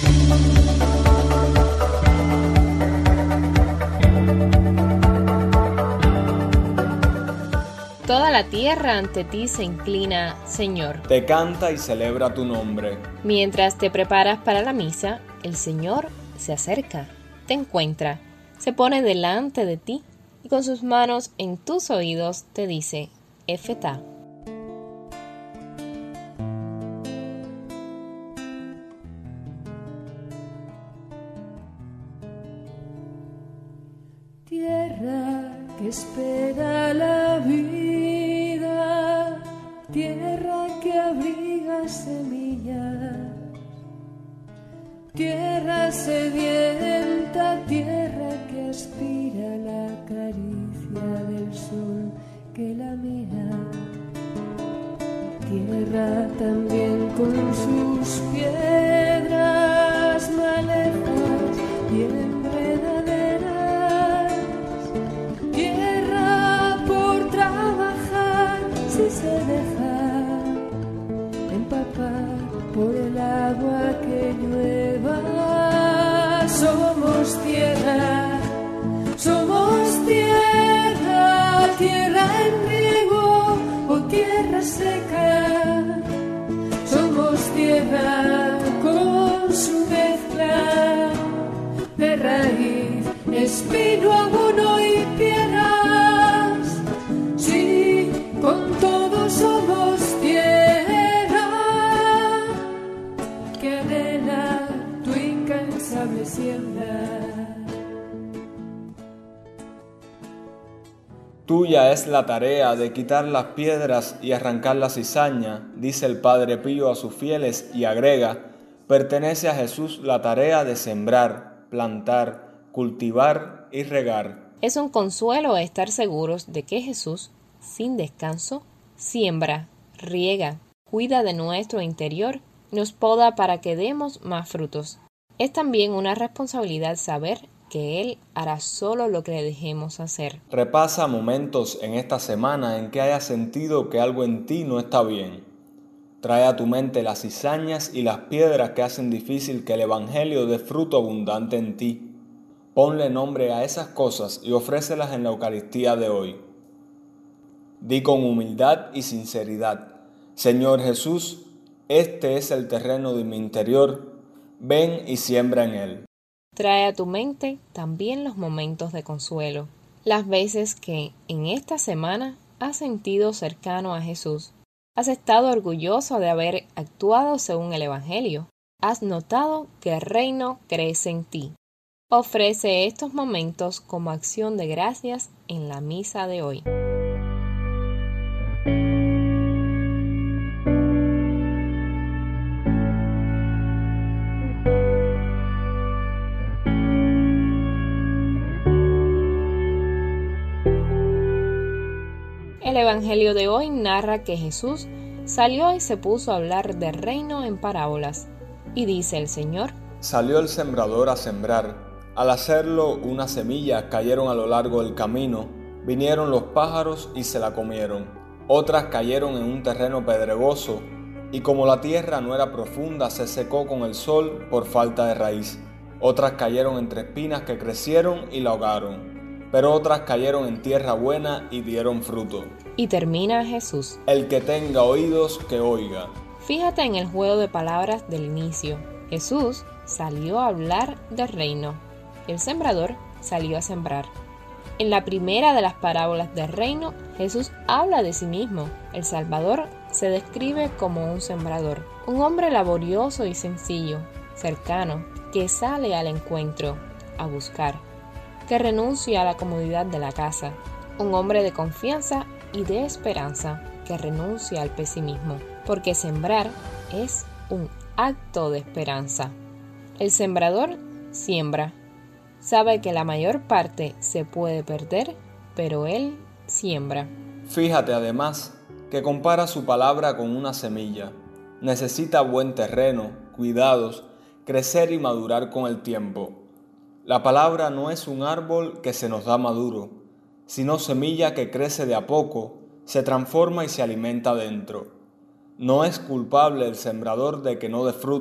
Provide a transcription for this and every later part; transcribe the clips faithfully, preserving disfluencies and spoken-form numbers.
Toda la tierra ante ti se inclina, Señor. Te canta y celebra tu nombre. Mientras te preparas para la misa, el Señor se acerca, te encuentra, se pone delante de ti y con sus manos en tus oídos te dice, Efetá. Tierra que espera la vida, tierra que abriga semillas, tierra sedienta, tierra que aspira la caricia del sol que la mira, tierra también con sus piedras malezas y enredaderas, tierra por trabajar si se deja empapar por el agua que llueva. Somos tierra, somos tierra, tierra en riego o tierra seca. Somos tierra con su mezcla de raíz, espino, abono y piedras. Sí, con todo somos tierra que anhela tu incansable siembra. Tuya es la tarea de quitar las piedras y arrancar la cizaña, dice el Padre Pío a sus fieles y agrega, pertenece a Jesús la tarea de sembrar, plantar, cultivar y regar. Es un consuelo estar seguros de que Jesús, sin descanso, siembra, riega, cuida de nuestro interior, nos poda para que demos más frutos. Es también una responsabilidad saber que Él hará solo lo que le dejemos hacer. Repasa momentos en esta semana en que hayas sentido que algo en ti no está bien. Trae a tu mente las cizañas y las piedras que hacen difícil que el Evangelio dé fruto abundante en ti. Ponle nombre a esas cosas y ofrécelas en la Eucaristía de hoy. Di con humildad y sinceridad, Señor Jesús, este es el terreno de mi interior, ven y siembra en él. Trae a tu mente también los momentos de consuelo, las veces que en esta semana has sentido cercano a Jesús, has estado orgulloso de haber actuado según el Evangelio, has notado que el reino crece en ti. Ofrece estos momentos como acción de gracias en la misa de hoy. El Evangelio de hoy narra que Jesús salió y se puso a hablar del reino en parábolas. Y dice el Señor: Salió el sembrador a sembrar. Al hacerlo, unas semillas cayeron a lo largo del camino, vinieron los pájaros y se la comieron. Otras cayeron en un terreno pedregoso, y como la tierra no era profunda, se secó con el sol por falta de raíz. Otras cayeron entre espinas que crecieron y la ahogaron. Pero otras cayeron en tierra buena y dieron fruto. Y termina Jesús: El que tenga oídos, que oiga. Fíjate en el juego de palabras del inicio. Jesús salió a hablar del reino. El sembrador salió a sembrar. En la primera de las parábolas del reino, Jesús habla de sí mismo. El Salvador se describe como un sembrador, un hombre laborioso y sencillo, cercano, que sale al encuentro, a buscar, que renuncia a la comodidad de la casa, un hombre de confianza y de esperanza, que renuncia al pesimismo, porque sembrar es un acto de esperanza. El sembrador siembra, sabe que la mayor parte se puede perder, pero él siembra. Fíjate además que compara su palabra con una semilla. Necesita buen terreno, cuidados, crecer y madurar con el tiempo. La palabra no es un árbol que se nos da maduro, sino semilla que crece de a poco, se transforma y se alimenta dentro. No es culpable el sembrador de que no dé fruto,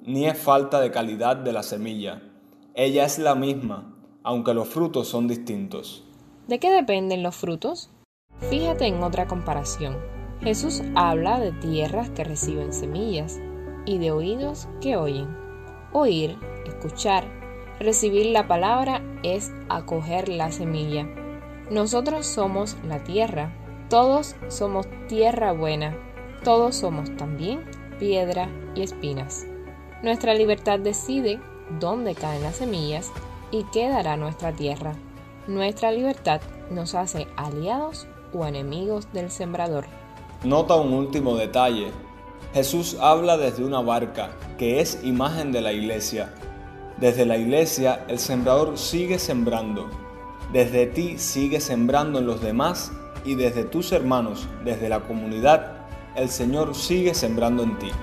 ni es falta de calidad de la semilla. Ella es la misma, aunque los frutos son distintos. ¿De qué dependen los frutos? Fíjate en otra comparación. Jesús habla de tierras que reciben semillas y de oídos que oyen. Oír, escuchar, recibir la palabra es acoger la semilla. Nosotros somos la tierra. Todos somos tierra buena. Todos somos también piedra y espinas. Nuestra libertad decide dónde caen las semillas y qué dará nuestra tierra. Nuestra libertad nos hace aliados o enemigos del sembrador. Nota un último detalle. Jesús habla desde una barca, que es imagen de la iglesia. Desde la iglesia, el sembrador sigue sembrando. Desde ti sigue sembrando en los demás y desde tus hermanos, desde la comunidad, el Señor sigue sembrando en ti.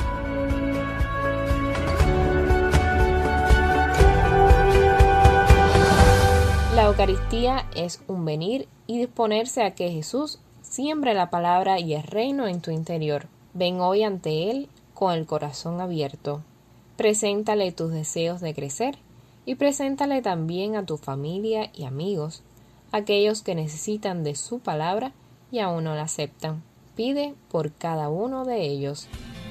La Eucaristía es un venir y disponerse a que Jesús siembre la palabra y el reino en tu interior. Ven hoy ante Él con el corazón abierto. Preséntale tus deseos de crecer y preséntale también a tu familia y amigos, aquellos que necesitan de su palabra y aún no la aceptan. Pide por cada uno de ellos.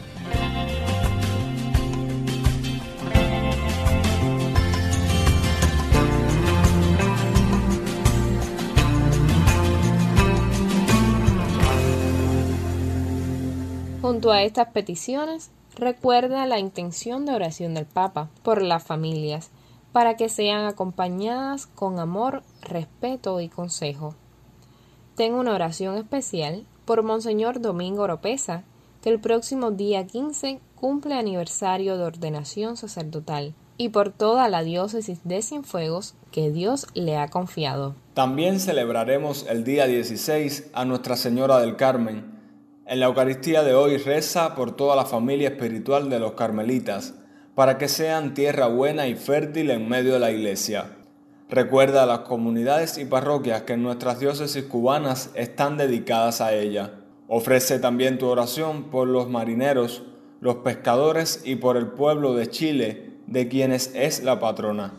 Junto a estas peticiones, recuerda la intención de oración del Papa por las familias, para que sean acompañadas con amor, respeto y consejo. Ten una oración especial por Monseñor Domingo Oropesa, que el próximo día quince cumple aniversario de ordenación sacerdotal, y por toda la diócesis de Cienfuegos que Dios le ha confiado. También celebraremos el día dieciséis a Nuestra Señora del Carmen. En la Eucaristía de hoy reza por toda la familia espiritual de los carmelitas, para que sean tierra buena y fértil en medio de la Iglesia. Recuerda a las comunidades y parroquias que en nuestras diócesis cubanas están dedicadas a ella. Ofrece también tu oración por los marineros, los pescadores y por el pueblo de Chile, de quienes es la patrona.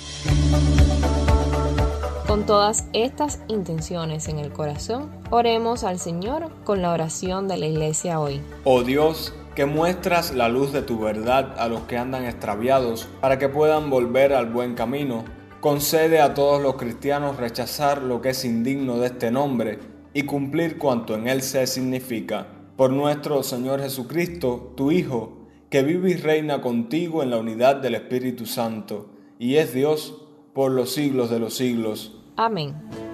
Con todas estas intenciones en el corazón, oremos al Señor con la oración de la Iglesia hoy. Oh Dios, que muestras la luz de tu verdad a los que andan extraviados, para que puedan volver al buen camino, concede a todos los cristianos rechazar lo que es indigno de este nombre y cumplir cuanto en él se significa. Por nuestro Señor Jesucristo, tu Hijo, que vive y reina contigo en la unidad del Espíritu Santo, y es Dios por los siglos de los siglos. Amén.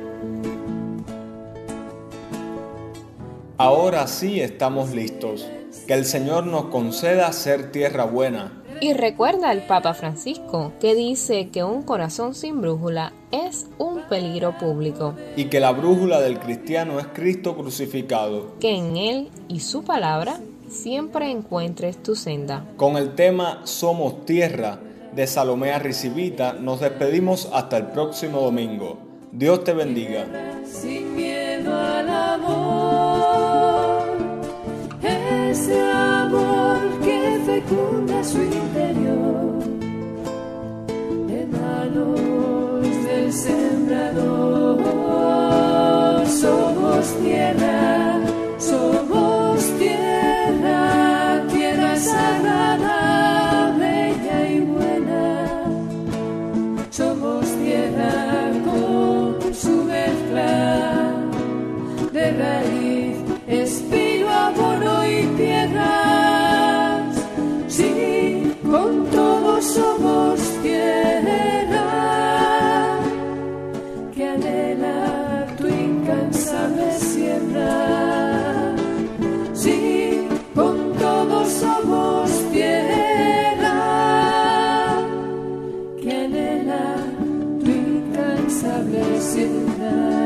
Ahora sí estamos listos. Que el Señor nos conceda ser tierra buena. Y recuerda al Papa Francisco, que dice que un corazón sin brújula es un peligro público. Y que la brújula del cristiano es Cristo crucificado. Que en Él y su palabra siempre encuentres tu senda. Con el tema Somos Tierra de Salomé Arrizibita nos despedimos hasta el próximo domingo. Dios te bendiga. Sin miedo al amor, ese amor que fecunda su interior, en manos del sembrador. Somos tierra, somos tierra, tierra sagrada, bella y buena. Somos tierra con su mezcla de raíz, espino, abono y piedras. Sí, con todos somos tierra que anhela tu incansable siembra. Sí, con todos somos tierra que anhela tu incansable siembra.